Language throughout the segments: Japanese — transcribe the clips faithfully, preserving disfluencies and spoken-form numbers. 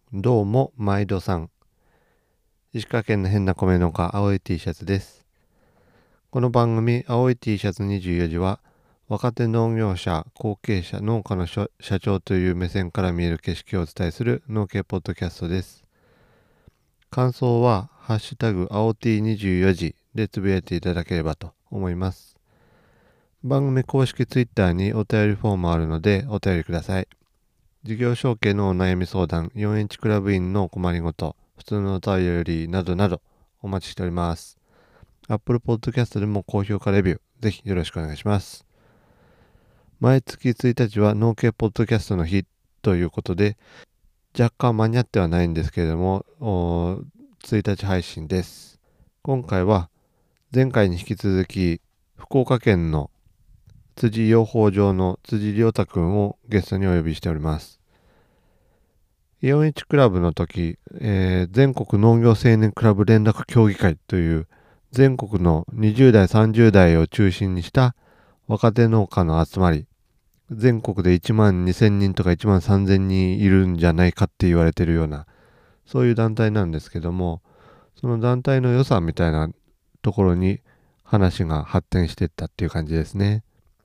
どうも毎度さん。石川県の変な米農家青い T シャツです。この番組青い T シャツにじゅうよじは若手農業者、後継者、農家の社長という目線から見える景色をお伝えする農系ポッドキャストです。感想はハッシュタグ青 ティーにじゅうよじでつぶやいていただければと思います。番組公式ツイッターにお便りフォームあるのでお便りください。事業承継のお悩み相談、よんインチクラブ員の困りごと、普通のお便りなどなどお待ちしております。Apple Podcast でも高評価レビュー、ぜひよろしくお願いします。毎月ついたちは農系ポッドキャストの日ということで、若干間に合ってはないんですけれども、ついたち配信です。今回は前回に引き続き、福岡県の辻養蜂場の辻亮太くんをゲストにお呼びしております。よんインチクラブの時、えー、全国農業青年クラブ連絡協議会という全国のにじゅう代さんじゅう代を中心にした若手農家の集まり、全国でいちまんにせんにんとかいちまんさんぜんにんいるんじゃないかって言われてるような、そういう団体なんですけども、その団体の良さみたいなところに話が発展していったっていう感じですね。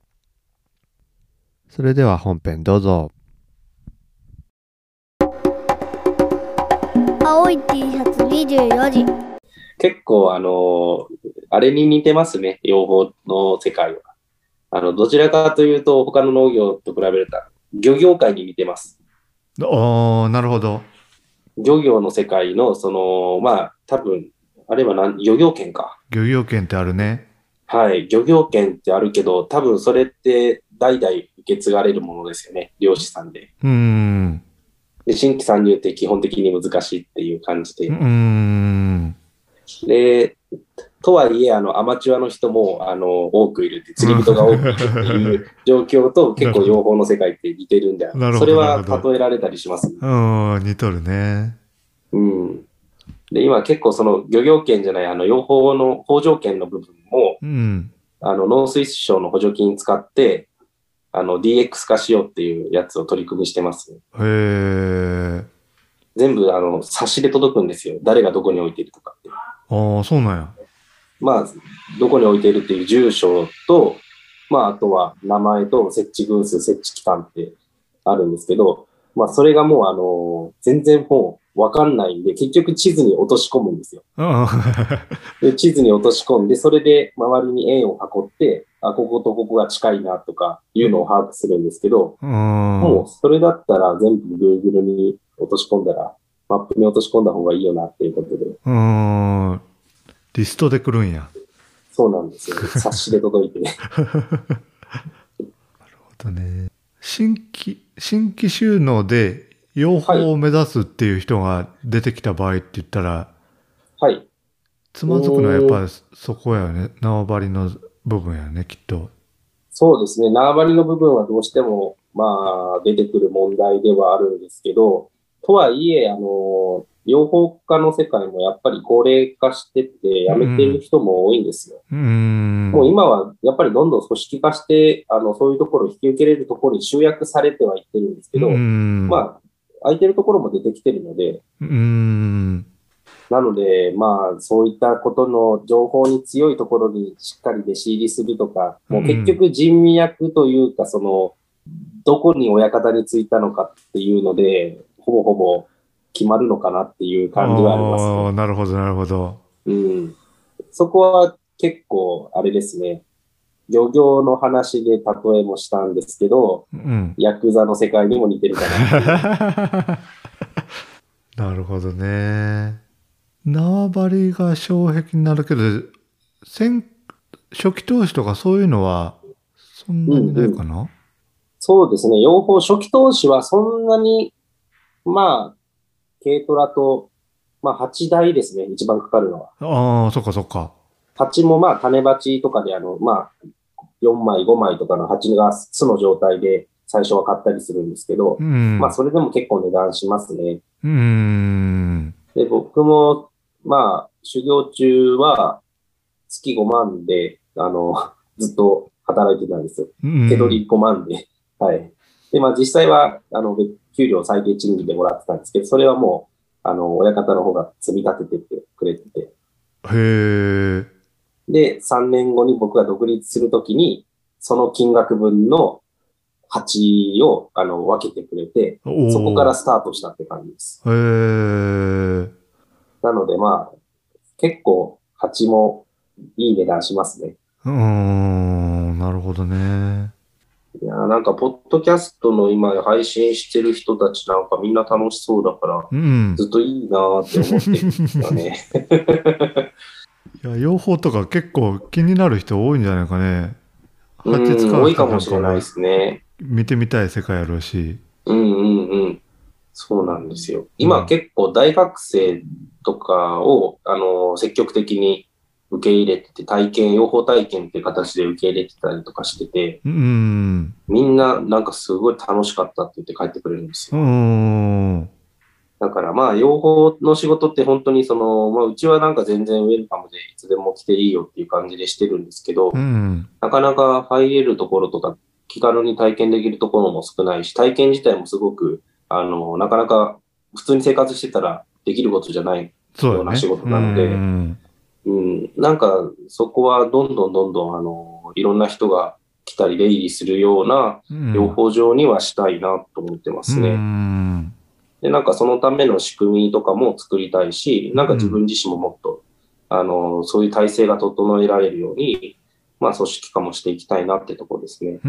それでは本編どうぞ。 青い T シャツにじゅうよじ。 結構あのあれに似てますね、養蜂の世界は。あのどちらかというと他の農業と比べると漁業界に似てます。 おー、なるほど。 漁業の世界のそのまあ多分あれは何漁業権か。 漁業権ってあるね。 はい、漁業権ってあるけど多分それって代々受け継がれるものですよね、漁師さんで。 うーん。 で新規参入って基本的に難しいっていう感じで。 うーん。 でとはいえあのアマチュアの人もあの多くいるって釣り人が多くいるっていう状況と結構養蜂の世界って似てるんだよ。それは例えられたりします、ね。 うん、似とるね。 うん。で今結構その漁業権じゃないあの養蜂の法条権の部分も、 うん、 あの農水省の補助金使ってあの ディーエックス 化しようっていうやつを取り組みしてます、ね。 へえ。 全部あの冊子で届くんですよ。誰がどこに置いてるとかって。 ああ、そうなんや。 まあ、どこに置いているっていう住所と、まあ、あとは名前と設置分数、設置期間ってあるんですけど、まあ、それがもう、あの、全然もうわかんないんで、結局地図に落とし込むんですよ。で地図に落とし込んで、それで周りに円を囲って、あ、こことここが近いなとかいうのを把握するんですけど、もうそれだったら全部 Google に落とし込んだら、マップに落とし込んだ方がいいよなっていうことで。 うーん。リストで来るんや。 そうなんですよ、ね。冊子で届いてね。なるほどね。新規、新規収納で養蜂を目指すっていう人が出てきた場合って言ったら、 はい。 つまずくのはやっぱりそこやね。縄張りの部分やね、きっと。 そうですね。縄張りの部分はどうしても、まあ、出てくる問題ではあるんですけど、とはいえ、あの、養蜂家の世界もやっぱり高齢化してって、辞めてる人も多いんですよ。 うーん。 もう今はやっぱりどんどん組織化して、あの、そういうところを引き受けれるところに集約されてはいってるんですけど、まあ、空いてるところも出てきてるので、 うーん。 なので、まあ、そういったことの情報に強いところにしっかり弟子入りするとか、もう結局人脈というか、その、どこに親方についたのかっていうので、ほぼほぼ決まるのかなっていう感じはありますね。 ああ、なるほど、なるほど。 うん。そこは結構、あれですね。漁業の話で例えもしたんですけど、うん、ヤクザの世界にも似てるかな。 なるほどね。縄張りが障壁になるけど、先初期投資とかそういうのはそんなにないかな、うんうん、 そうですね。養蜂初期投資はそんなに、まあ、軽トラと、まあ、鉢代ですね。一番かかるのは。 ああ、そっかそっか。 鉢もまあ、種鉢とかで、あの、まあ、よんまい、ごまいとかの鉢が巣の状態で最初は買ったりするんですけど、うん、まあ、それでも結構値段しますね。 うん。 で、僕も、まあ、修行中は月ごまんで、あの、ずっと働いてたんですよ。手取りごまんで。はい。 で、まあ実際は、あの、給料最低賃金でもらってたんですけど、それはもう、あの、親方の方が積み立ててってくれてて。 へえ。 で、さんねんごに僕が独立するときに、その金額分のはちを、あの、分けてくれて、そこからスタートしたって感じです。 へえ。 なので、まあ、結構、はちもいい値段しますね。 うーん、なるほどね。 いやーなんか、ポッドキャストの今配信してる人たちなんかみんな楽しそうだから、 うん。 ずっといいなーって思ってるんですよね。 いや、養蜂とか結構気になる人多いんじゃないかね。 う蜂使ん、多いかう人なもしれないでんかもすね。 見てみたい世界あるし。 うんうんうん。そうなんですよ。今うん、 結構大学生とかを、あの、積極的に受け入れてて、体験、養蜂体験っていう形で受け入れてたりとかしてて、 うん。 みんななんかすごい楽しかったって言って帰ってくれるんですうよ。 ん。 だからまあ、養蜂の仕事って本当にその、まあ、うちはなんか全然ウェルカムでいつでも来ていいよっていう感じでしてるんですけど、 うん。 なかなか入れるところとか、気軽に体験できるところも少ないし、体験自体もすごく、あの、なかなか普通に生活してたらできることじゃないそうだね。 ような仕事うなので、 ん。 うん、なんかそこはどんどんどんどん、あの、いろんな人が来たり出入りするようなうん。 養蜂場にはしたいなと思ってまうすね。 ん。 で、なんかそのための仕組みとかも作りたいし、なんか自うん。 分自身ももっと、あの、そういう体制が整えられるように、まあ組織化もしていきたいなってところですね。 うん。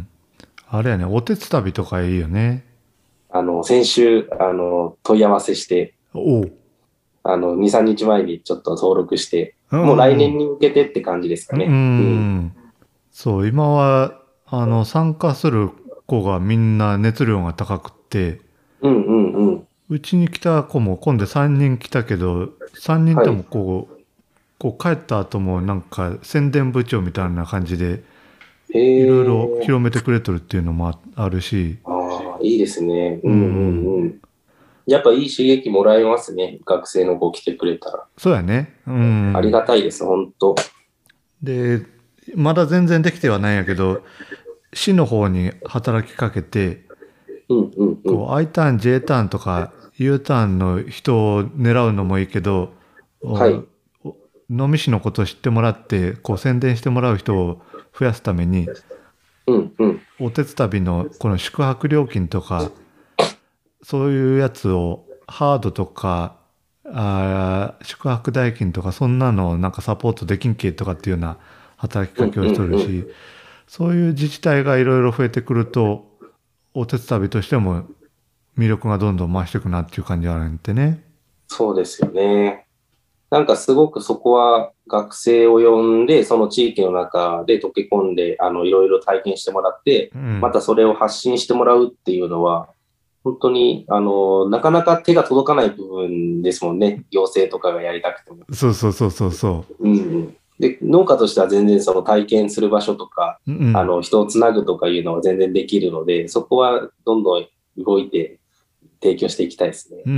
あれやね、おてつたびとかいいよね。 あの、先週、あの、問い合わせして、 おう。 あの、に、さんにちまえにちょっと登録して、 うもう来ん。 年に向けてって感じですかうね。うん。 ん。そう、今は、あの、参加する子がみんな熱量が高くって、 うんうんうん。 うちに来た子も今度さんにん来たけど、さんにんともはい。 こう、こう帰った後もなんか宣伝部長みたいな感じで、 へいろいろえ。 広めてくれとるっていうのもああるし、 ああ、いいですね。ううんうん。 んうん。やっぱいい刺激もらえますね。学生の子来てくれたら。 そうやね。うありん。 がたいです、本当。 で、まだ全然できてはないんやけど、市の方に働きかけて、 うんうんうん。 こう I ターン、J ターンとか U ターンの人を狙うのもいいけど、おはい。 お能美市のことを知ってもらって、こう宣伝してもらう人を増やすために、 うんうん。 おてつたびのこの宿泊料金とか、そういうやつをハードとか、あー宿泊代金とかそんなのをなんかサポートできんけとかっていうような働きうんかけをしとうんうん。 るし、そういう自治体がいろいろ増えてくると、おてつたびとしても魅力がどんどん増していくなっていう感じがあるんでね。 そうですよね。なんかすごくそこは学生を呼んで、その地域の中で溶け込んで、あの、いろいろ体験してもらって、 うん。 またそれを発信してもらうっていうのは、本当に、あの、なかなか手が届かない部分ですもんね。行政とかがやりたくても。 そうそうそうそうそうんうん。で、農家としては全然その体験する場所とか、 う。うん。 あの、人をつなぐとかいうのは全然できるので、そこはどんどん動いて提供していきたいですね。 うん。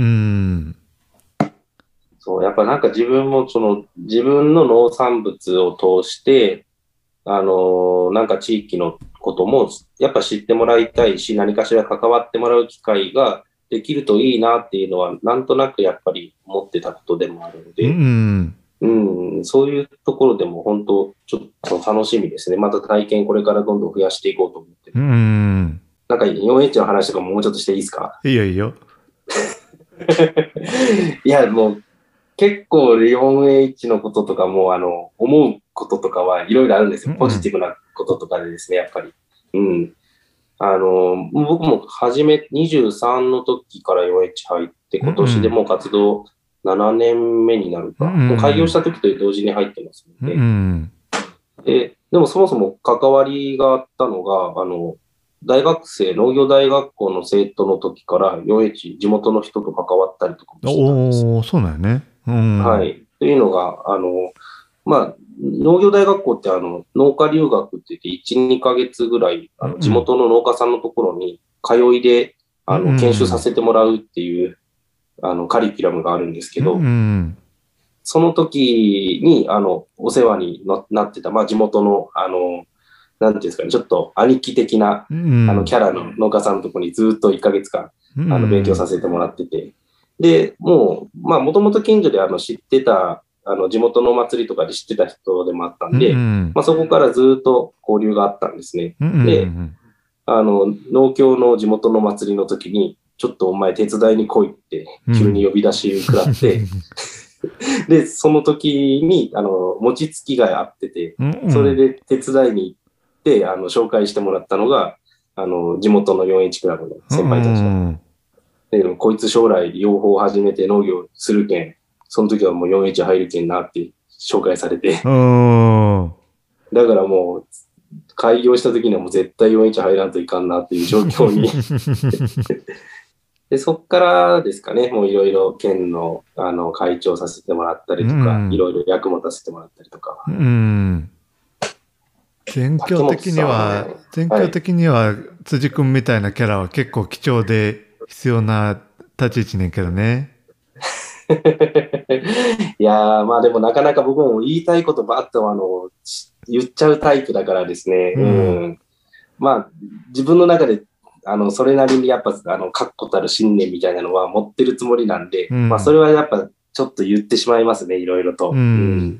そう、やっぱなんか自分もその自分の農産物を通して、あのーなんか地域のこともやっぱ知ってもらいたいし、何かしら関わってもらう機会ができるといいなっていうのは、なんとなくやっぱり思ってたことでもあるのうで、 ん。 うん、そういうところでも本当、ちょっと楽しみですね。また体験これからどんどん増やしていこうと思ってうる。 ん。 なんか フォーエイチ の話とかももうちょっとしていいですか？ いいよいいよ。 いや、もう結構 フォーエイチ のこととかも、あの、思うこととかはいろいろあるんですよ。ポジうん。 ティブなこととかでですね、やっぱり。うん。あの、僕も初めにじゅうさんの時から フォーエイチ 入って、 う今年でん。 もう活動ななねんめになるうか。もう開業しん。 た時と同時に入ってますうので。 ん。 で、でもそもそも関わりがあったのが、あの、大学生、農業大学校の生徒の時から フォーエイチ 地元の人と関わったりとかもしてたんですよ。 おー、そうなんやね。うん。 はい。というのが、あの、まあ、農業大学校ってあの、農家留学って言っていち、にかげつぐらい、あの、地うん。 元の農家さんのところに通いで、 うあの、研修さん。 せてもらうっていう、あの、カリキュラムがあるんですけうど、 ん。 その時に、あの、お世話にななってた、まあ、地元の、あの、 なんていうんですかね、ちょっと兄貴的な、 うんあのキャラの農家さんのところにずっといっかげつかん、あの勉強させてもらってて、で、もう、まあ、もともと近所であの知ってた、あの地元のお祭りとかで知ってた人でもあったんで、 うんまあ、そこからずっと交流があったんですね。 うんで、あの、農協の地元の祭りの時に、ちょっとお前手伝いに来いって急に呼び出し食らって、で、その時に、あの、餅つきがあってて、それで手伝いに行って、あの、紹介してもらったのが、あの、地元の フォーエイチ クラブの先輩たちだった。で、こいつ将来養蜂を始めて農業するけん、その時はもう フォーエイチ 入るけんなって紹介されて、だからもう、開業した時にはもう絶対 フォーエイチ 入らんといかんなっていう状況に。で、そっからですかね、もういろいろ県の、あの会長させてもらったりとか、いろいろ役持たせてもらったりとか。 うん。全教的には、ね、全教的には、はい、辻君みたいなキャラは結構貴重で必要な立ち位置ねんけどね。 いやー、まあでもなかなか僕も言いたいことばっとあの言っちゃうタイプだからですね。うん。うん、まあ自分の中であのそれなりにやっぱあの確固たる信念みたいなのは持ってるつもりなんで、うん、まあそれはやっぱちょっと言ってしまいますね、いろいろと。 うん。うん、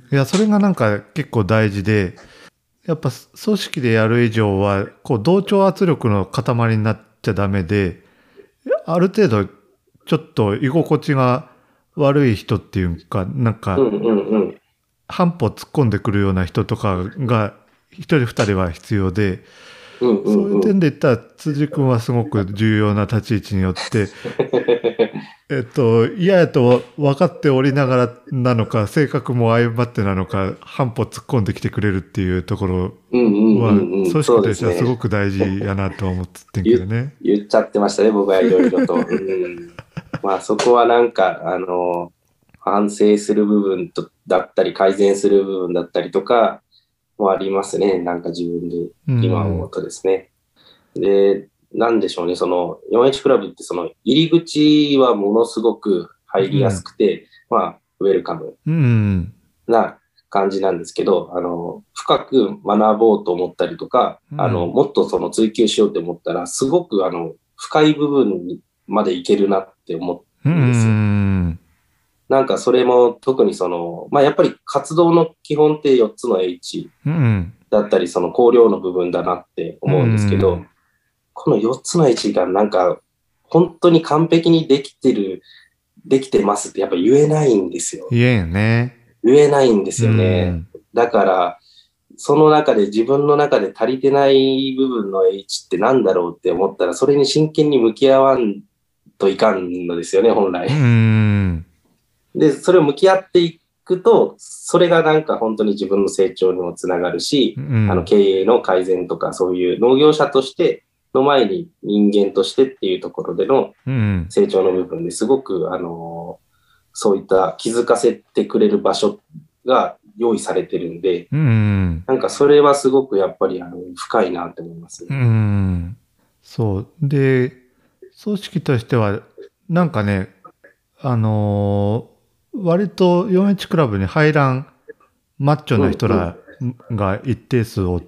いやそれがなんか結構大事で、やっぱ組織でやる以上はこう同調圧力の塊になっちゃダメで、ある程度ちょっと居心地が悪い人っていうか、なんか半歩突っ込んでくるような人とかが一人二人は必要で、そういう点で言ったら辻君はすごく重要な立ち位置によってえっと嫌やと分かっておりながらなのか、性格も相まってなのか半歩突っ込んできてくれるっていうところは組織としてはすごく大事やなと思ってんけどね。 言っちゃってましたね、僕はいろいろと。うんまあそこはなんかあの反省する部分とだったり改善する部分だったりとかもありますね。なんか自分で今思うとですね。うん、で、なんでしょうね。その フォーエイチ クラブってその入り口はものすごく入りやすくて、うん、まあウェルカムな感じなんですけど、あの深く学ぼうと思ったりとか、うん、あのもっとその追求しようと思ったらすごくあの深い部分にまでいけるなって思うんですよ。うんなんかそれも特にその、まあやっぱり活動の基本ってよっつの H だったり、その香料の部分だなって思うんですけど、このよっつの H がなんか本当に完璧にできてる、できてますってやっぱ言えないんですよ。 言えんよね。 言えないんですよね。だから、その中で自分の中で足りてない部分の H ってなんだろうって思ったら、それに真剣に向き合わんといかんのですよね、本来。 うんで、それを向き合っていくと、それがなんか本当に自分の成長にもつながるし、うん、あの経営の改善とか、そういう農業者としての前に人間としてっていうところでの成長の部分ですごく、あの、そういった気づかせてくれる場所が用意されてるんで、うん、なんかそれはすごくやっぱりあの深いなと思います、ね。 うん、そう。で、組織としては、なんかね、あのー、割と フォーエイチ クラブに入らんマッチョな人らが一定数おって、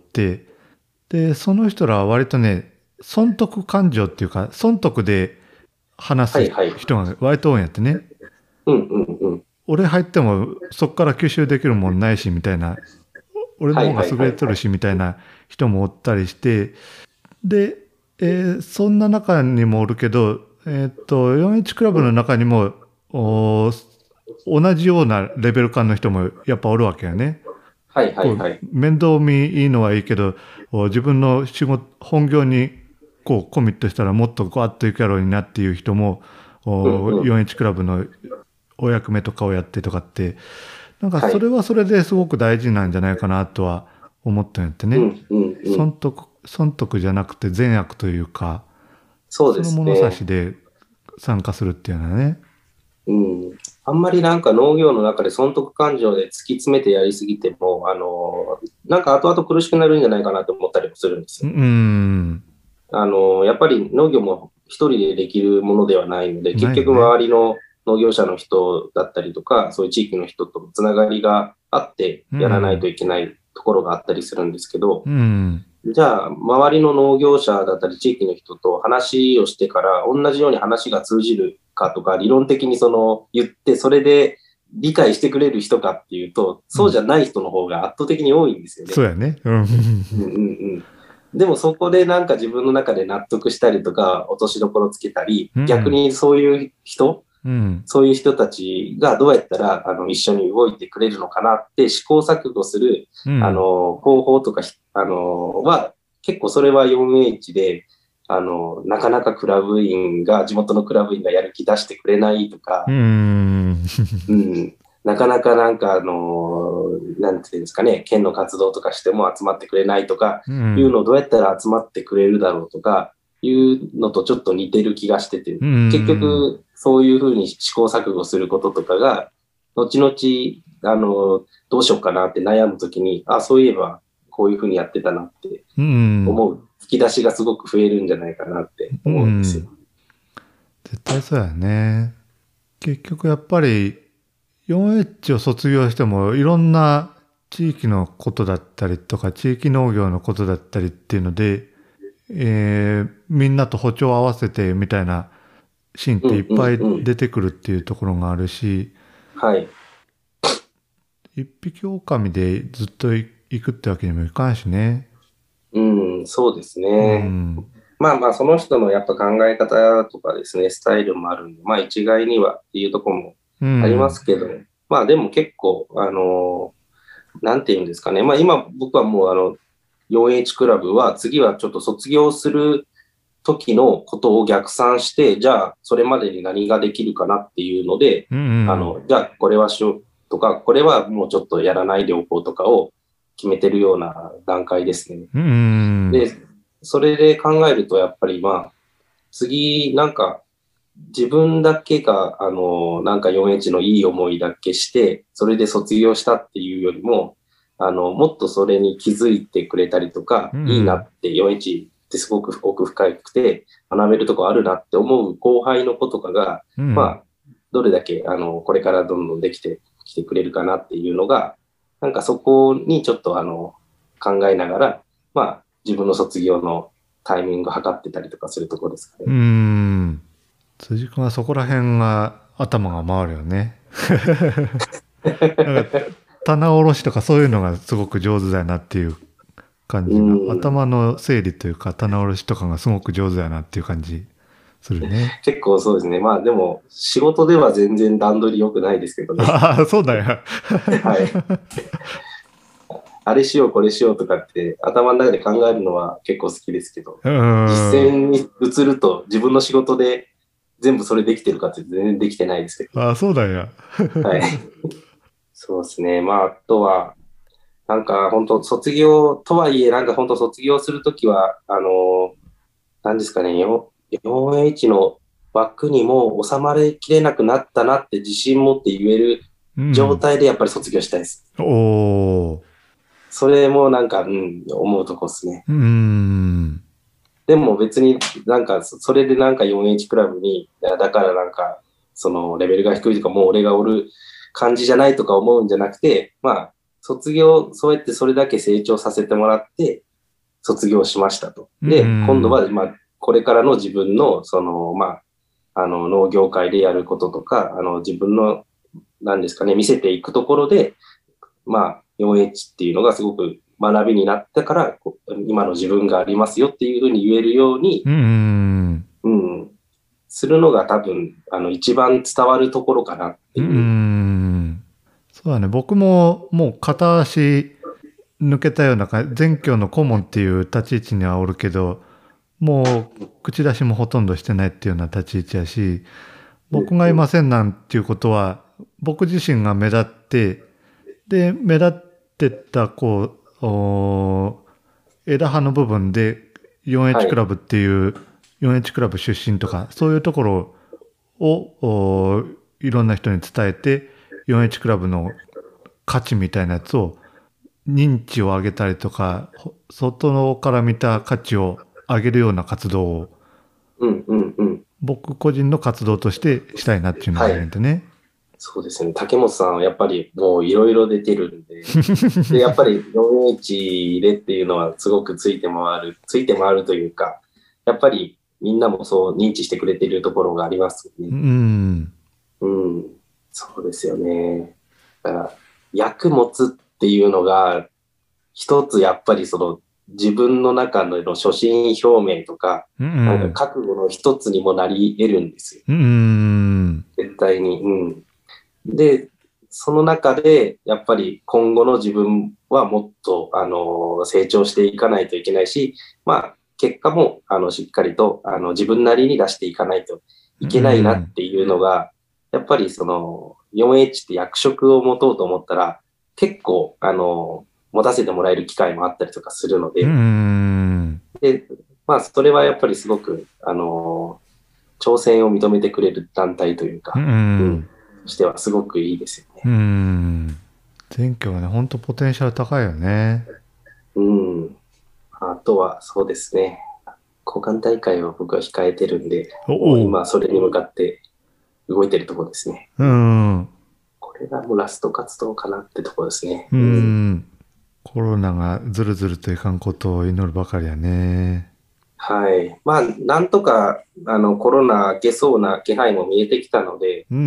で、その人らは割とね、損得感情っていうか、損得で話す人が割と多いんやってね。 うんうんうん、 俺入ってもそこから吸収できるもんないしみたいな、俺の方が優れとるしみたいな人もおったりして、で、えー、そんな中にもおるけど、えー、っと フォーエイチ クラブの中にも、お同じようなレベル感の人もやっぱおるわけよね。 はいはいはい。 面倒見いいのはいいけど、自分の仕事本業にこうコミットしたらもっとガーッといくやろうになっていう人も、うんうん、フォーエイチ クラブのお役目とかをやってとかって、なんかそれはそれですごく大事なんじゃないかなとは思ったんやってね。 うんうんうん、 損得損得じゃなくて善悪というか、 そうですね、 その物差しで参加するっていうのはね。 うん、あんまりなんか農業の中で損得感情で突き詰めてやりすぎても、あのなんか後々苦しくなるんじゃないかなと思ったりもするんですよ。 うん、 あのやっぱり農業も一人でできるものではないので、結局周りの農業者の人だったりとか、そういう地域の人とつながりがあってやらないといけないところがあったりするんですけど、 うん、 じゃあ、周りの農業者だったり地域の人と話をしてから、同じように話が通じるかとか、理論的にその言って、それで理解してくれる人かっていうと、そうじゃない人の方が圧倒的に多いんですよね。 そうやね。うん。 うんうんうんでもそこでなんか自分の中で納得したりとか、落としどころつけたり、 うん逆にそういう人、 うん。 そういう人たちがどうやったらあの一緒に動いてくれるのかなって試行錯誤する、 うん。 あの方法とかひあのは、結構それは フォーエイチ で、あの、なかなかクラブ員が、地元のクラブ員がやる気出してくれないとか、 うーん。 うん、なかなかなんかあの、なんていうんですかね、県の活動とかしても集まってくれないとか、 うんいうのをどうやったら集まってくれるだろうとか、いうのとちょっと似てる気がしてて、 うん結局そういうふうに試行錯誤することとかが、後々、あの、どうしようかなって悩むときに、あ、そういえばこういうふうにやってたなってうん。 思う、吹き出しがすごく増えるんじゃないかなって思うんですよ。 絶対そうやね。結局やっぱり フォーエイチ を卒業してもいろんな地域のことだったりとか地域農業のことだったりっていうので、えーみんなと歩調を合わせてみたいなシーンっていっぱいうんうんうん出てくるっていうところがあるし、 はい。 一匹狼でずっと行くってわけにもいかんしね。 うん、そうですうね。 ん。 まあまあ、その人のやっぱ考え方とかですね、スタイルもあるんで、まあ一概にはっていうところもうん。 ありますけど、まあでも結構、あのなんていうんですかね、まあ今僕はもうあの、フォーエイチ クラブは次はちょっと卒業する時のことを逆算して、じゃあそれまでに何ができるかなっていうので、 うん。 あの、じゃあこれはしようとか、これはもうちょっとやらないでおこうとかを決めてるような段階ですね。 うん。 で、それで考えると、やっぱりまあ、次、なんか、自分だけが、あの、なんか フォーエイチ のいい思いだけして、それで卒業したっていうよりも、あの、もっとそれに気づいてくれたりとか、 うんいいなって フォーエイチ ってすごく奥深くて、学べるとこあるなって思う後輩の子とかが、 うん。 まあ、どれだけ、あの、これからどんどんできてきてくれるかなっていうのが、なんかそこにちょっと、あの、考えながら、まあ、自分の卒業のタイミングを測ってたりとかするところですかうね。 ん。辻君はそこら辺が頭が回るよね。なんか棚卸しとかそういうのがすごく上手だなっていう感じうんが、頭の整理というか棚卸しとかがすごく上手だなっていう感じするね。 結構そうですね。まあでも、仕事では全然段取り良くないですけどね。 ああ、そうだよ。 はい。あれしよう、これしようとかって頭の中で考えるのは結構好きですけど、 うん。 実践に移ると自分の仕事で全部それできてるかって全然できてないですけど。 ああ、そうだよ。 はい。そうですね。まあ、あとは、なんか本当卒業とはいえ、なんか本当卒業するときは、あの、何ですかね、よ フォーエイチ の枠にも収まりきれなくなったなって自信持って言えるうん、 状態でやっぱり卒業したいです。 おお。 それもなんか、うん、思うとこですね。 うん。 でも別になんか、それでなんか フォーエイチ クラブに、だからなんか、そのレベルが低いとか、もう俺がおる感じじゃないとか思うんじゃなくて、まあ、卒業、そうやってそれだけ成長させてもらって、卒業しましたと。で、 うん今度は、まあ、これからの自分の、その、まあ、あの、農業界でやることとか、あの、自分の、なんですかね、見せていくところで、まあ、フォーエイチ っていうのがすごく学びになったから、こう今の自分がありますよっていうふうに言えるように、 うん。 うん、するのが多分、あの、一番伝わるところかなってういう。 ん。そうだね。僕ももう片足抜けたような感じ、全教の顧問っていう立ち位置にはおるけど、もう口出しもほとんどしてないっていうような立ち位置やし、僕がいませんなんていうことは、僕自身が目立って、で、目立ってった、こう、お枝葉の部分で フォーエイチ クラブっていう、フォーエイチ クラブ出身とか、そういうところをおいろんな人に伝えて、フォーエイチ クラブの価値みたいなやつを認知を上げたりとか、外から見た価値を上げるような活動をうんうんうん。 僕個人の活動としてしたいなっていうのがあるんでね。 そうですね。竹本さんはやっぱりもういろいろ出てるんで、で、やっぱり よんエイチ でっていうのはすごくついて回る、ついて回るというか、やっぱりみんなもそう認知してくれているところがありますようね。 ん。 うん、そうですよね。だから、役持つっていうのが、一つやっぱりその自分の中の初心表明とか、 うなんん。 か覚悟の一つにもなり得るんですよ。 うん。 絶対に。うん。で、その中で、やっぱり今後の自分はもっと、あの、成長していかないといけないし、まあ、結果も、あの、しっかりと、あの、自分なりに出していかないといけないなっていうのが、やっぱりその、よんエイチ って役職を持とうと思ったら、結構、あの、持たせてもらえる機会もあったりとかするので、 うん。 で、まあ、それはやっぱりすごく、あの、挑戦を認めてくれる団体というか、 うん。 うんとしてはすごくいいですよね。 うん。選挙はね、ほんとポテンシャル高いよね。 うん。あとは、そうですね。交換大会は僕は控えてるんで、 おもう今それに向かって動いてるところですね。 うん。 これがもうラスト活動かなってところですね。 ううんん。コロナがずるずるといかんことを祈るばかりやね。 はい。まあ、なんとか、あの、コロナ明けそうな気配も見えてきたので、 うん。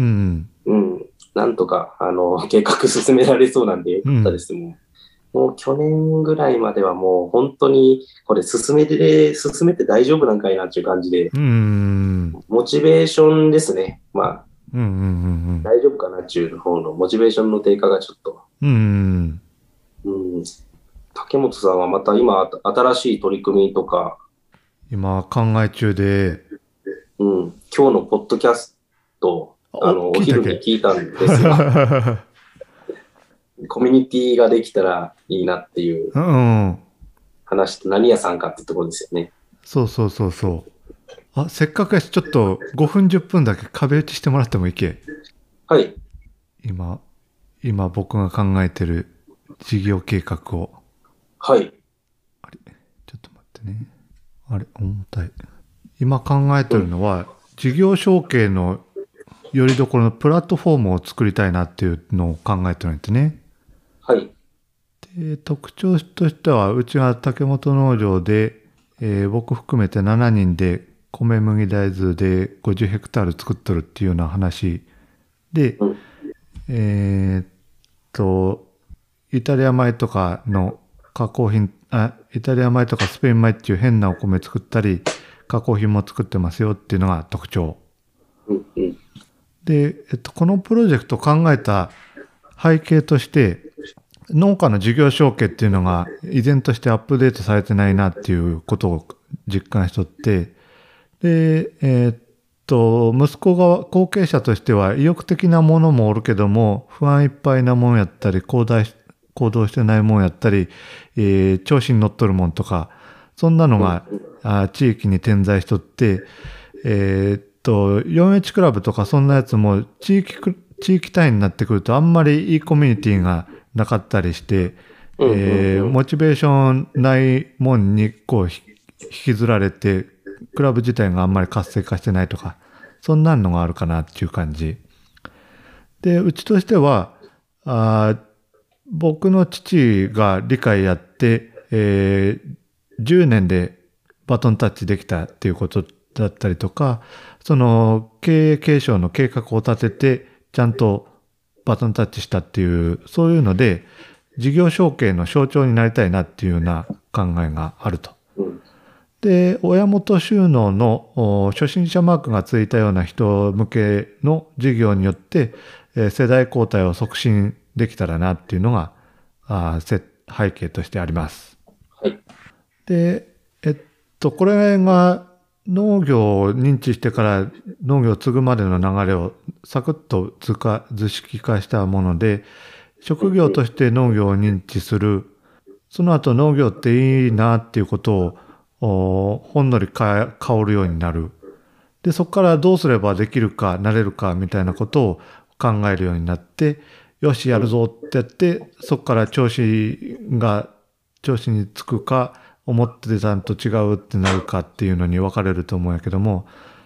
うん。なんとか、あの、計画進められそうなんでよかったです。もう、もう去年ぐらいまではもう本当に、これ進めて、進めて大丈夫なんかいなっていう感じで、 うん。 モチベーションですね。まあ、 うんうんうん大丈夫かなっていう方のモチベーションの低下がちょっと。 うん。 うん。竹本さんはまた今、新しい取り組みとか、 今考え中で、 うん、今日のポッドキャスト、あの、お聞いたっけ昼に聞いたんですが、コミュニティができたらいいなっていううん。 話と何屋さんかってところですよね。 そうそうそうそう。あ、せっかくやし、ちょっとごふんじゅっぷんだけ壁打ちしてもらってもいいけ。 はい。 今、今僕が考えてる事業計画を。 はい。 ちょっと待ってね。あれ、重たい。今考えてるのは、事業承継のよりどころのプラットフォームを作りたいなっていうのを考えてるんですね。 はい。 で、特徴としては、うちは竹本農場で、えー僕含めてしちにんで米麦大豆でごじゅうヘクタール作っとるっていうような話で、 うん。 えーっと、イタリア米とかの加工品、あ、イタリア米とかスペイン米っていう変なお米作ったり、加工品も作ってますよっていうのが特徴。 うん。うん。 で、えっと、このプロジェクトを考えた背景として、農家の事業承継っていうのが依然としてアップデートされてないなっていうことを実感しとって、で、えーっと、息子が後継者としては意欲的なものもおるけども、不安いっぱいなもんやったり、行動し行動してないもんやったり、えー調子に乗っとるもんとか、そんなのが、あ地域に点在しとって、えーっと、よんエイチ クラブとかそんなやつも地域く、地域単位になってくるとあんまりいいコミュニティがなかったりして、 うんうんうんえーモチベーションないもんにこうひ引きずられて、クラブ自体があんまり活性化してないとか、そんなのがあるかなっていう感じ。で、うちとしては、あー僕の父が理解やって、えーじゅうねんでバトンタッチできたっていうことだったりとか、その経営継承の計画を立てて、ちゃんとバトンタッチしたっていう、そういうので、事業承継の象徴になりたいなっていうような考えがあると。 うん。 で、親元収納のお初心者マークがついたような人向けの事業によって、えー世代交代を促進できたらなっていうのが、あーせ背景としてあります。 はい。 で、えっと、これが農業を認知してから農業を継ぐまでの流れをサクッと図化、図式化したもので、職業として農業を認知する、その後農業っていいなっていうことをおほんのりか香るようになる。で、そこからどうすればできるか、なれるかみたいなことを考えるようになって、よし、やるぞってやって、そこから調子が、調子につくか、思ってたんと違うってなるかっていうのに分かれると思うんやけども、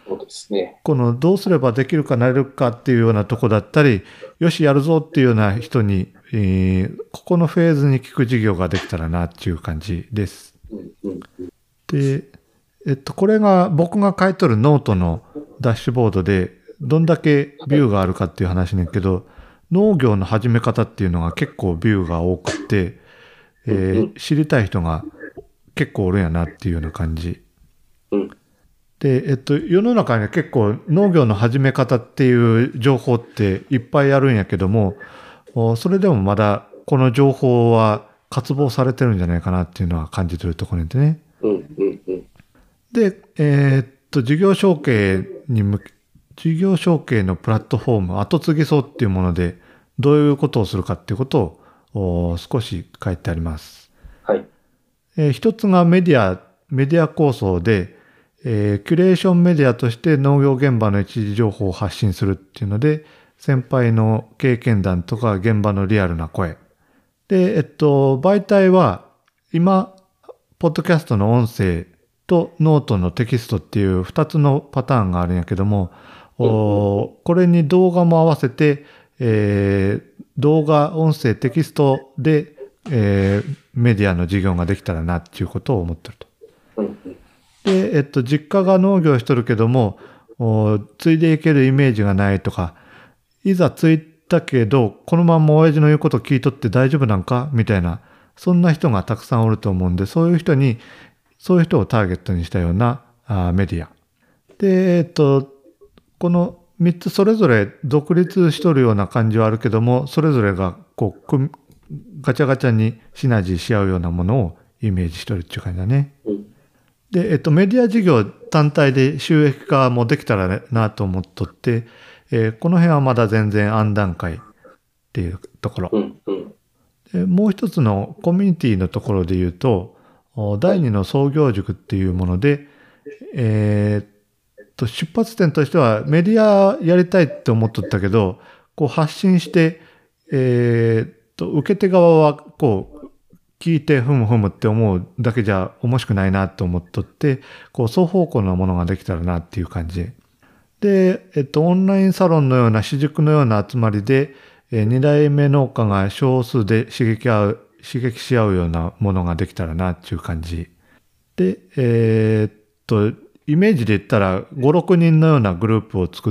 そうですね。 このどうすればできるかなれるかっていうようなとこだったり、よしやるぞっていうような人に、えーここのフェーズに聞く授業ができたらなっていう感じです。 うんうんで、えっと、これが僕が書いとるノートのダッシュボードで、どんだけビューがあるかっていう話ねんけど、農業の始め方っていうのが結構ビューが多くて、えー知りたい人が結構おるんやなっていうような感じ。 うんで、えっと、世の中には結構農業の始め方っていう情報っていっぱいあるんやけども、おそれでもまだこの情報は渇望されてるんじゃないかなっていうのは感じてるところでね。 うんうんうんで、えーっと、事業承継に向け、事業承継のプラットフォーム、後継ぎ層っていうもので、どういうことをするかっていうことをお少し書いてあります。 はい。 えー一つがメディア、メディア構想で、えーキュレーションメディアとして農業現場の一時情報を発信するっていうので、先輩の経験談とか現場のリアルな声。で、えっと、媒体は、今、ポッドキャストの音声とノートのテキストっていう二つのパターンがあるんやけども、おこれに動画も合わせて、えー動画、音声、テキストで、えーメディアの事業ができたらなっていうことを思ってると。 うんうんで、えっと、実家が農業しとるけども、お継いでいけるイメージがないとか、いざ継いだけど、このまんま親父の言うこと聞いとって大丈夫なんかみたいな、そんな人がたくさんおると思うんで、そういう人に、そういう人をターゲットにしたようなあメディア。で、えっと、このみっつそれぞれ独立しとるような感じはあるけども、それぞれがこう、組みガチャガチャにシナジーし合うようなものをイメージしとるっていう感じだね。 うんで、えっと、メディア事業単体で収益化もできたらなと思っとって、えーこの辺はまだ全然暗段階っていうところ。 うんうんでもう一つのコミュニティのところで言うと、お第二の創業塾っていうもので、えーっと、出発点としてはメディアやりたいって思っとったけど、こう発信して、えーっと、受け手側はこう、聞いてふむふむって思うだけじゃ面白くないなと思っとって、こう双方向のものができたらなっていう感じ。で、えっと、オンラインサロンのような私塾のような集まりで、えー、二代目農家が少数で刺激合う、刺激し合うようなものができたらなっていう感じ。で、えーっと、イメージで言ったらご、ろくにんのようなグループを作って、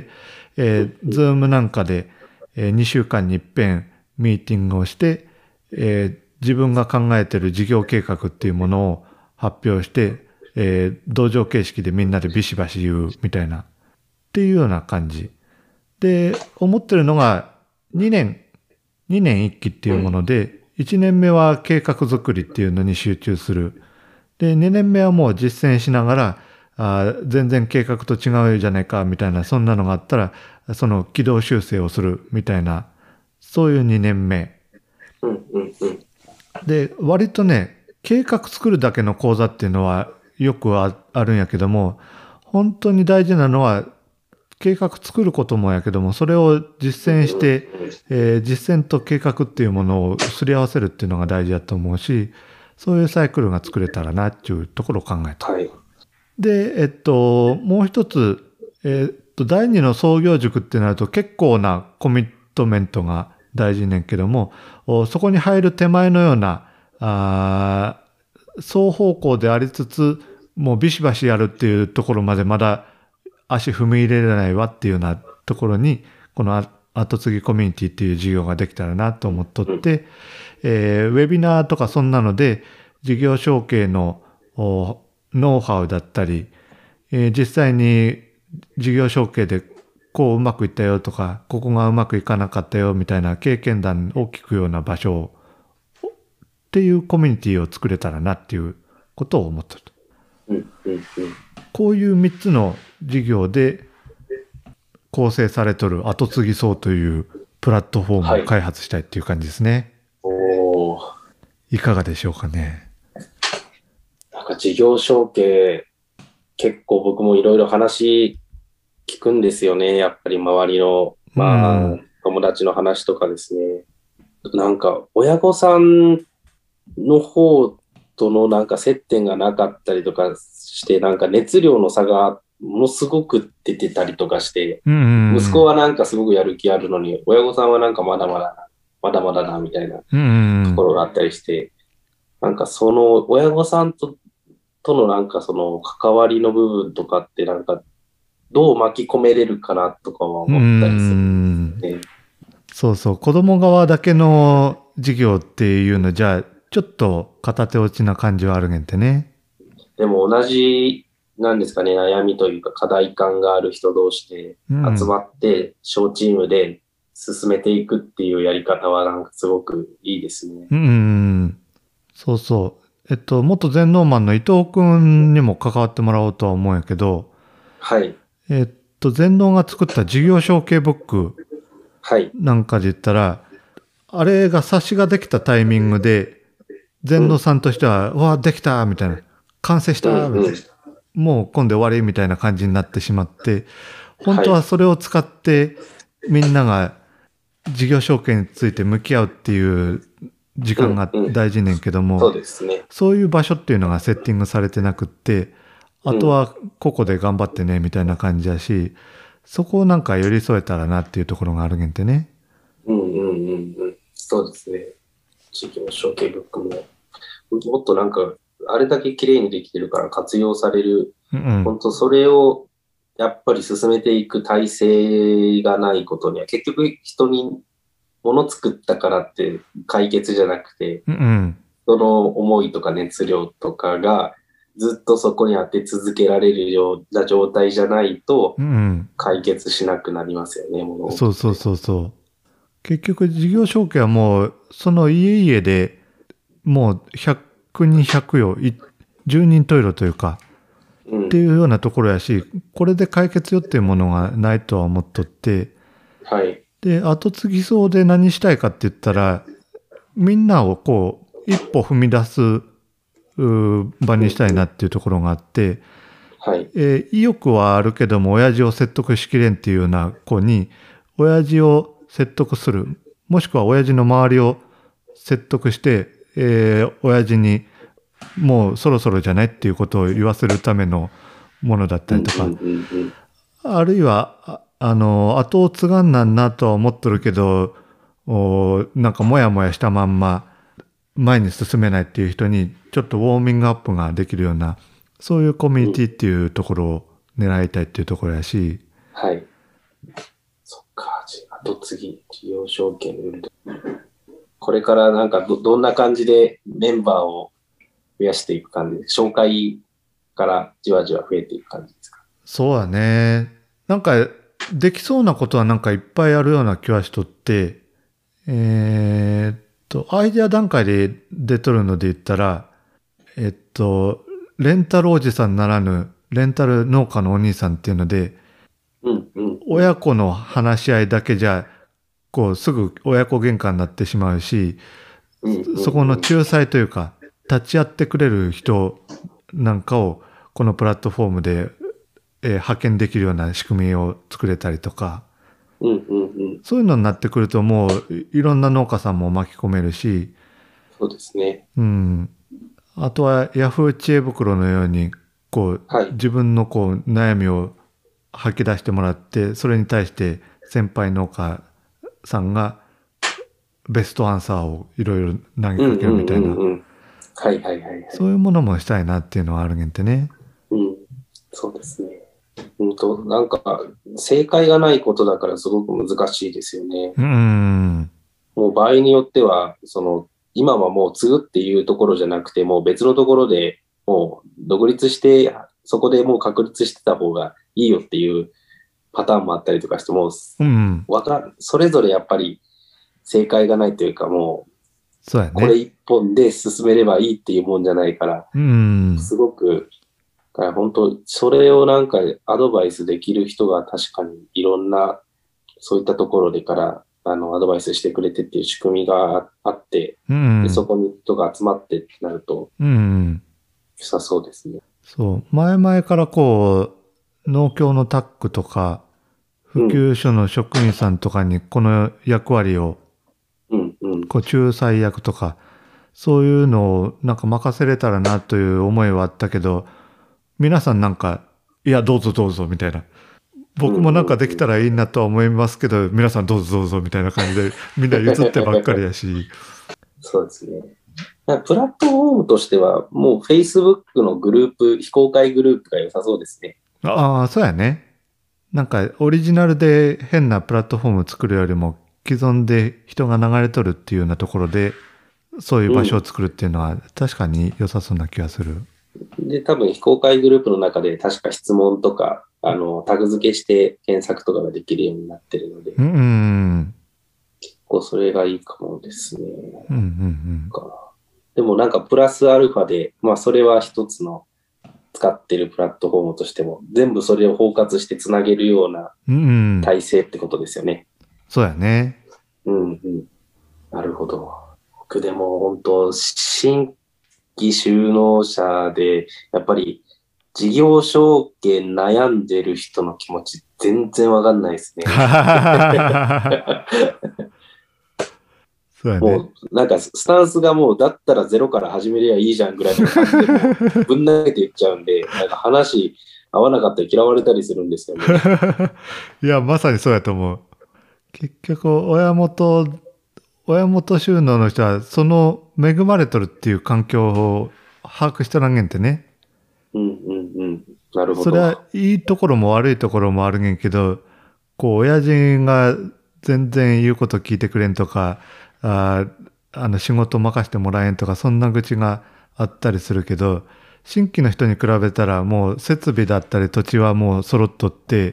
えー、ズームなんかで、えー、にしゅうかんに一遍ミーティングをして、えー自分が考えている事業計画っていうものを発表して、えー道場形式でみんなでビシバシ言うみたいな、っていうような感じ。で、思ってるのがにねん、にねん一期っていうもので、いちねんめは計画作りっていうのに集中する。で、にねんめはもう実践しながら、あー全然計画と違うじゃないかみたいな、そんなのがあったら、その軌道修正をするみたいな、そういうにねんめ。 うんうんうんで、割とね、計画作るだけの講座っていうのはよくああるんやけども、本当に大事なのは、計画作ることもやけども、それを実践して、えー実践と計画っていうものをすり合わせるっていうのが大事だと思うし、そういうサイクルが作れたらなっていうところを考えた。 はい。 で、えっと、もう一つ、えっと、第二の創業塾ってなると結構なコミットメントが大事ねんけども、おそこに入る手前のような、あー双方向でありつつ、もうビシバシやるっていうところまでまだ足踏み入れられないわっていうようなところに、このあ後継ぎコミュニティっていう事業ができたらなと思っとって、えーウェビナーとかそんなので、事業承継のおノウハウだったり、えー実際に事業承継でこううまくいったよとか、ここがうまくいかなかったよみたいな経験談を聞くような場所をっていうコミュニティを作れたらなっていうことを思ってると。 うんうんうんこういうみっつの事業で構成されとる後継ぎ層というプラットフォームを開発したいっていう感じですね。 おー、 いかがでしょうかね。 なんか事業承継、結構僕もいろいろ話聞くんですよね。やっぱり周りの、まあ、 うん友達の話とかですね。なんか、親御さんの方とのなんか接点がなかったりとかして、なんか熱量の差がものすごく出てたりとかして、 うんうん、 息子はなんかすごくやる気あるのに、親御さんはなんかまだまだ、まだまだだみたいなうんうん、 ところがあったりして、なんかその親御さんと、とのなんかその関わりの部分とかってなんかどう巻き込めれるかなとかは思ったりするんですね。 そうそう、子供側だけの授業っていうのじゃちょっと片手落ちな感じはあるげんてね。 でも同じ、なんですかね、悩みというか課題感がある人同士で集まって小チームで進めていくっていうやり方はなんかすごくいいですね。 うん、うん、そうそう。えっと、元全農マンの伊藤くんにも関わってもらおうとは思うんやけど、 はい。 えっと、全農が作った事業承継ブックはい。 なんかで言ったら、あれが冊子ができたタイミングで、全農さんとしては、うん、わあ、できたみたいな、完成したみたいな、うんうん、もう今度終わりみたいな感じになってしまって、本当はそれを使ってみんなが事業承継について向き合うっていう時間が大事ねんけども、 うんうん、そうですね。 そういう場所っていうのがセッティングされてなくって、あとは個々で頑張ってねみたいな感じだし、そこをなんか寄り添えたらなっていうところがあるげんてね。 うんうんうんうん。そうですね。事業承継ブックも、もっとなんか、あれだけ綺麗にできてるから活用される。うんうん、本当それをやっぱり進めていく体制がないことには、結局人に物作ったからって解決じゃなくて、 うんうん、 その思いとか熱量とかがずっとそこにあって続けられるような状態じゃないと解決しなくなりますよね、 うんうん、そうそうそうそう。結局事業承継はもうその家々でもうひゃくにんひゃくよ、じゅうにん十色というか、うん、っていうようなところやし、これで解決よっていうものがないとは思っとって、 はい。 で、後継ぎそうで何したいかって言ったら、みんなをこう、一歩踏み出す場にしたいなっていうところがあって、 はい。 えー、意欲はあるけども、親父を説得しきれんっていうような子に、親父を説得する、もしくは親父の周りを説得して、えー、親父にもうそろそろじゃないっていうことを言わせるためのものだったりとか、あるいは、あの、後を継がんなんなとは思っとるけど、おなんかもやもやしたまんま前に進めないっていう人にちょっとウォーミングアップができるような、そういうコミュニティっていうところを狙いたいっていうところやし。 はい。そっか、後継ぎ、事業承継のこれからなんか ど, どんな感じでメンバーを増やしていく感じです。紹介からじわじわ増えていく感じですか？ そうだね。なんかできそうなことはなんかいっぱいあるような気はしとって、えー、っと、アイデア段階で出とるので言ったら、えっと、レンタルおじさんならぬ、レンタル農家のお兄さんっていうので、 うんうん、 親子の話し合いだけじゃ、こう、すぐ親子喧嘩になってしまうし、うんうんうん、そこの仲裁というか、立ち会ってくれる人なんかを、このプラットフォームで、えー、派遣できるような仕組みを作れたりとか、 うんうんうん、 そういうのになってくるともういろんな農家さんも巻き込めるし、 そうですね。 うん。あとはヤフー知恵袋のようにこう、はい、自分のこう悩みを吐き出してもらって、それに対して先輩農家さんがベストアンサーをいろいろ投げかけるみたいな、 はいはいはい。 そういうものもしたいなっていうのはあるげんてね。 うん、そうですね。うんと、なんか、正解がないことだからすごく難しいですよね。 うん。 もう場合によっては、その、今はもう継ぐっていうところじゃなくて、もう別のところでもう独立して、そこでもう確立してた方がいいよっていうパターンもあったりとかして、もう、うん、わかる、それぞれやっぱり正解がないというか、もう、 そうやね、 これ一本で進めればいいっていうもんじゃないから、 うん、 すごく、本当、それをなんかアドバイスできる人が確かにいろんな、そういったところでから、あの、アドバイスしてくれてっていう仕組みがあって、うん、でそこに人が集まってってなると、うん、良さそうですね。 そう。前々からこう、農協のタッグとか、普及所の職員さんとかにこの役割を、 うんうん、 こう仲裁役とか、そういうのをなんか任せれたらなという思いはあったけど、皆さんなんかいや、どうぞどうぞみたいな。僕もなんかできたらいいなとは思いますけど、皆さんどうぞどうぞみたいな感じで、みんな譲ってばっかりやし。 そうですね。プラットフォームとしては、もう Facebook のグループ、非公開グループが良さそうですね。 ああ、そうやね。なんかオリジナルで変なプラットフォームを作るよりも、既存で人が流れとるっていうようなところで、そういう場所を作るっていうのは確かに良さそうな気がする。 うん、で、多分非公開グループの中で確か質問とか、あの、タグ付けして検索とかができるようになってるので、 うんうん。 結構それがいいかもですね。 うんうんうん。 でもなんかプラスアルファで、まあそれは一つの使ってるプラットフォームとしても、全部それを包括してつなげるような体制ってことですよね。うんうん、 そうやね。 うんうん。なるほど。僕でも本当、新規就農者で、やっぱり事業承継悩んでる人の気持ち全然わかんないですね。 そうやね、 もうなんかスタンスがもうだったらゼロから始めりゃいいじゃんぐらいの感じでもうぶん投げていっちゃうんで、なんか話合わなかったり嫌われたりするんですよね。 いや、まさにそうやと思う。結局、親元、親元収納の人は、その恵まれとるっていう環境を把握しとらんげんってね。 うんうんうん。なるほど。 それはいいところも悪いところもあるげんけど、こう、親父が全然言うこと聞いてくれんとか、ああの仕事任せてもらえんとか、そんな愚痴があったりするけど、新規の人に比べたらもう設備だったり土地はもう揃っとって、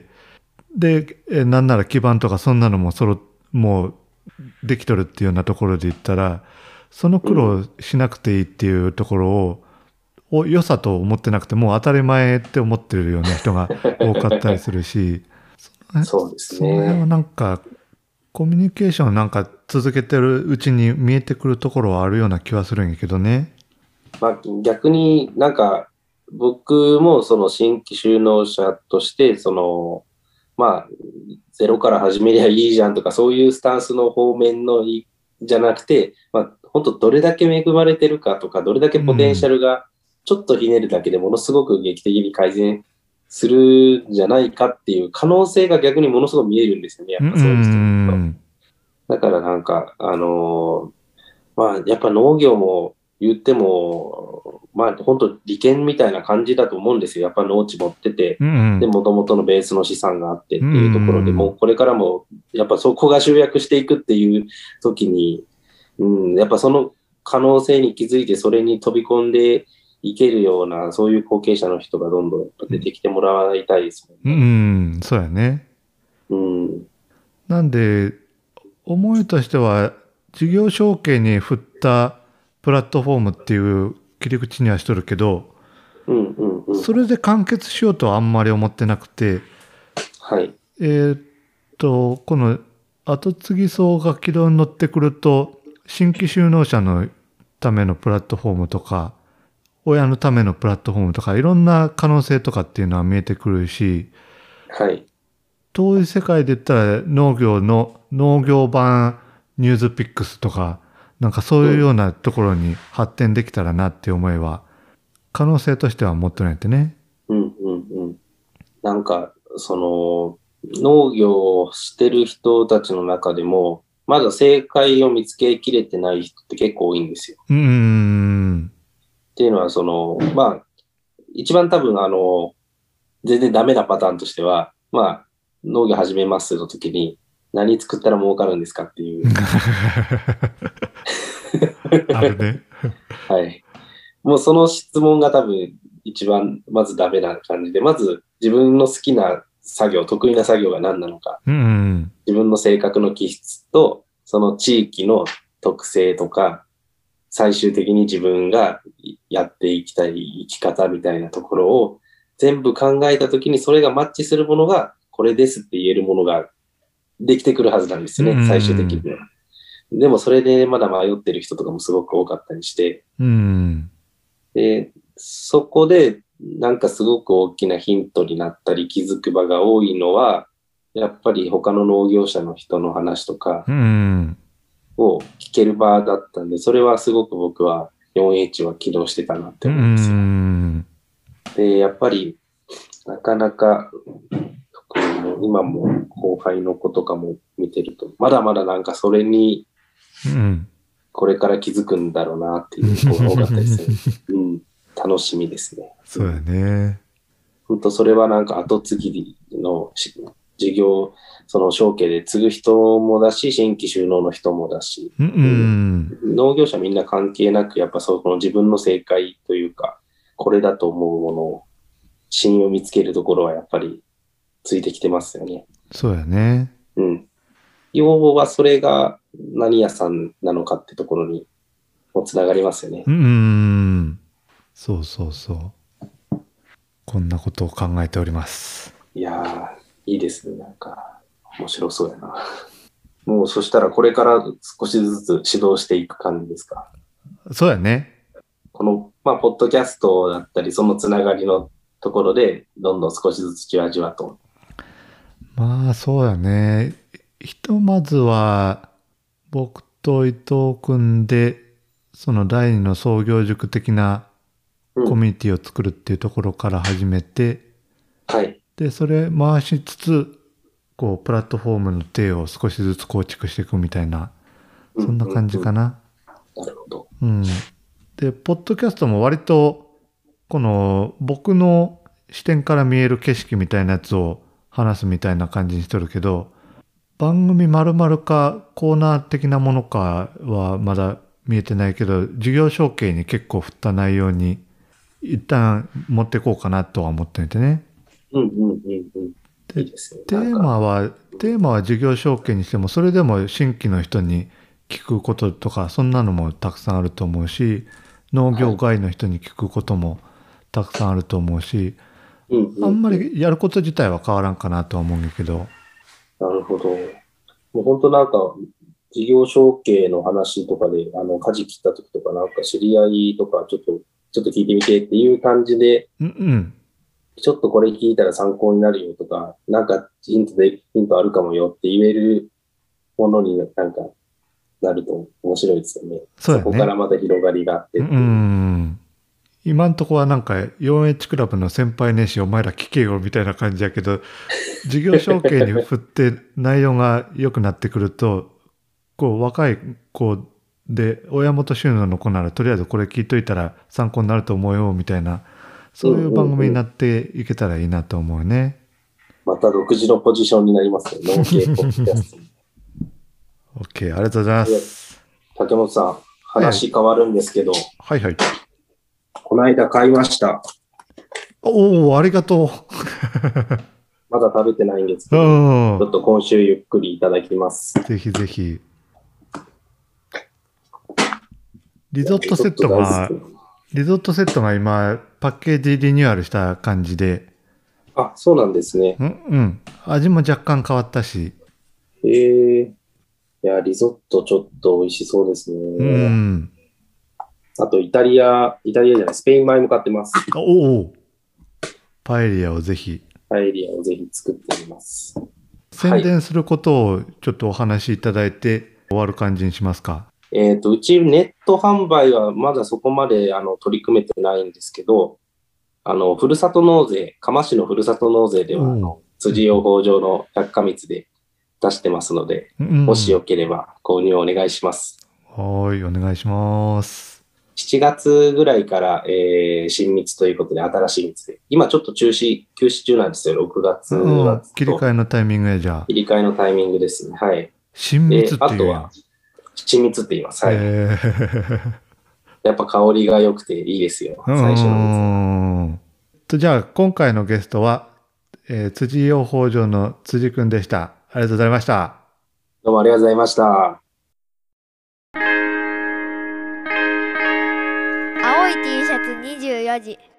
で、えなんなら基盤とかそんなのも揃っ、もうできとるっていうようなところで言ったら、その苦労しなくていいっていうところを、を良さと思ってなくて、もう当たり前って思ってるような人が多かったりするし、 そうですね。 その辺はなんか、コミュニケーションをなんか続けてるうちに見えてくるところはあるような気はするんやけどね。 まあ、逆になんか僕もその新規就農者としてそのまあゼロから始めりゃいいじゃんとかそういうスタンスの方面のいじゃなくて、まあ、本当どれだけ恵まれてるかとかどれだけポテンシャルがちょっとひねるだけでものすごく劇的に改善するんじゃないかっていう可能性が逆にものすごく見えるんですよね、やっぱそういう人と。だからなんか、あのー、まあ、やっぱ農業も言っても、まあ、本当利権みたいな感じだと思うんですよ。やっぱ農地持ってて、 うんうん、 で、もともとのベースの資産があってっていうところで、もうこれからも、やっぱそこが集約していくっていう時に、うん、やっぱその可能性に気づいて、それに飛び込んでいけるような、そういう後継者の人がどんどん出てきてもらいたいですもんね。 うん、うん、そうやね。 うん。 なんで、思いとしては、事業承継に振ったプラットフォームっていう切り口にはしとるけど、 うんうんうん、 それで完結しようとはあんまり思ってなくて、 はい。 えー、っと、この後継ぎ層が軌道に乗ってくると、新規就農者のためのプラットフォームとか、親のためのプラットフォームとか、いろんな可能性とかっていうのは見えてくるし、 はい。 遠い世界で言ったら農業の農業版ニュースピックスとか、なんかそういうようなところに発展できたらなっていう思いは、可能性としては持ってないってね。 うんうんうん。なんか、その、農業をしてる人たちの中でも、まだ正解を見つけきれてない人って結構多いんですよ。 うーん。 っていうのは、その、まあ、一番多分、あの、全然ダメなパターンとしては、まあ、農業始めますの時に、何作ったら儲かるんですかっていう。 あるね。 はい。もうその質問が多分一番まずダメな感じで、まず自分の好きな作業、得意な作業が何なのか、 うん、 自分の性格の気質と、その地域の特性とか、最終的に自分がやっていきたい生き方みたいなところを全部考えたときにそれがマッチするものがこれですって言えるものができてくるはずなんですよね、最終的には。でもそれでまだ迷ってる人とかもすごく多かったりして、 うん、 でそこでなんかすごく大きなヒントになったり気づく場が多いのは、やっぱり他の農業者の人の話とかを聞ける場だったんで、それはすごく僕は フォーエイチ は起動してたなって思いますよ。で、やっぱりなかなか、特にもう今も後輩の子とかも見てると、まだまだなんかそれに、 うんこれから気づくんだろうなっていう子が多かったですね。うん、楽しみですね。 そうやね。 本当それはなんか後継ぎのし事業、その承継で継ぐ人もだし、新規収納の人もだし、 うんうん農業者みんな関係なく、やっぱそこの自分の正解というか、これだと思うものを、芯を見つけるところはやっぱりついてきてますよね。 そうやね。 うん。要はそれが何屋さんなのかってところにもつながりますよね。 うんうんそうそうそうこんなことを考えております。 いやー、いいですね。なんか、面白そうやな。もうそしたらこれから少しずつ指導していく感じですか。 そうやね。 この、まあ、ポッドキャストだったり、そのつながりのところで、どんどん少しずつじわじわと。 まあそうやね。ひとまずは僕と伊藤君でその第二の創業塾的なコミュニティを作るっていうところから始めて、 うん、はい。 でそれ回しつつこうプラットフォームの体を少しずつ構築していくみたいな、そんな感じかな。 うんうんうん、なるほど。 うん。でポッドキャストも割とこの僕の視点から見える景色みたいなやつを話すみたいな感じにしとるけど、番組丸々かコーナー的なものかはまだ見えてないけど、事業承継に結構振った内容に一旦持っていこうかなとは思っていてね。 うんうんうんうん。 でいいですね。 テーマはテーマは事業承継にしても、それでも新規の人に聞くこととかそんなのもたくさんあると思うし、農業外の人に聞くこともたくさんあると思うし、 はい、うんうんうん、 あんまりやること自体は変わらんかなとは思うんだけど。 なるほど。もう本当なんか、事業承継の話とかで、あの、舵切った時とか、なんか知り合いとか、ちょっと、ちょっと聞いてみてっていう感じで、 うんうん。 ちょっとこれ聞いたら参考になるよとか、なんかヒントで、ヒントあるかもよって言えるものになんかなると面白いですよね。 そうやね。 そこからまた広がりがあってって。 うん。今んとこはなんか フォーエイチ クラブの先輩年始お前ら聞けよみたいな感じやけど、事業承継に振って内容が良くなってくると、こう若い子で親元収納の子ならとりあえずこれ聞いといたら参考になると思うよみたいな、そういう番組になっていけたらいいなと思うね。 また独自のポジションになりますよ、農系ポッドキャスト。 OK、ありがとうございます。 竹本さん、話変わるんですけど、 はいはい。 この間買いました。 おお、ありがとう。 まだ食べてないんですけど、ちょっと今週ゆっくりいただきます。 ぜひぜひ。リゾットセットが、リゾットセットが今、パッケージリニューアルした感じで。 あ、そうなんですね。 うん、うん。味も若干変わったし。 へえ。いや、リゾットちょっと美味しそうですね。 うん。 あと、イタリア、イタリアじゃない、スペイン米も買ってます。 おお。パエリアをぜひ。 パエリアをぜひ作ってみます。 宣伝することをちょっとお話しいただいて終わる感じにしますか。 えっと、うちネット販売はまだそこまであの取り組めてないんですけど、あの、ふるさと納税、釜市のふるさと納税では、あの辻養蜂場の百花蜜で出してますので、うん、もしよければ購入をお願いします。 はい、お願いします。 しちがつぐらいから、えー、新蜜ということで、新しい蜜で。今ちょっと中止、休止中なんですよ、ろくがつ。 うん、切り替えのタイミングやじゃあ。 切り替えのタイミングですね。はい。 新蜜っていう。 あとは、新蜜って言います。はい。 えー、 やっぱ香りが良くていいですよ、最初の蜜。 とじゃあ、今回のゲストは、えー、辻養蜂場の辻くんでした。ありがとうございました。 どうもありがとうございました。 青い T シャツにじゅうよじ。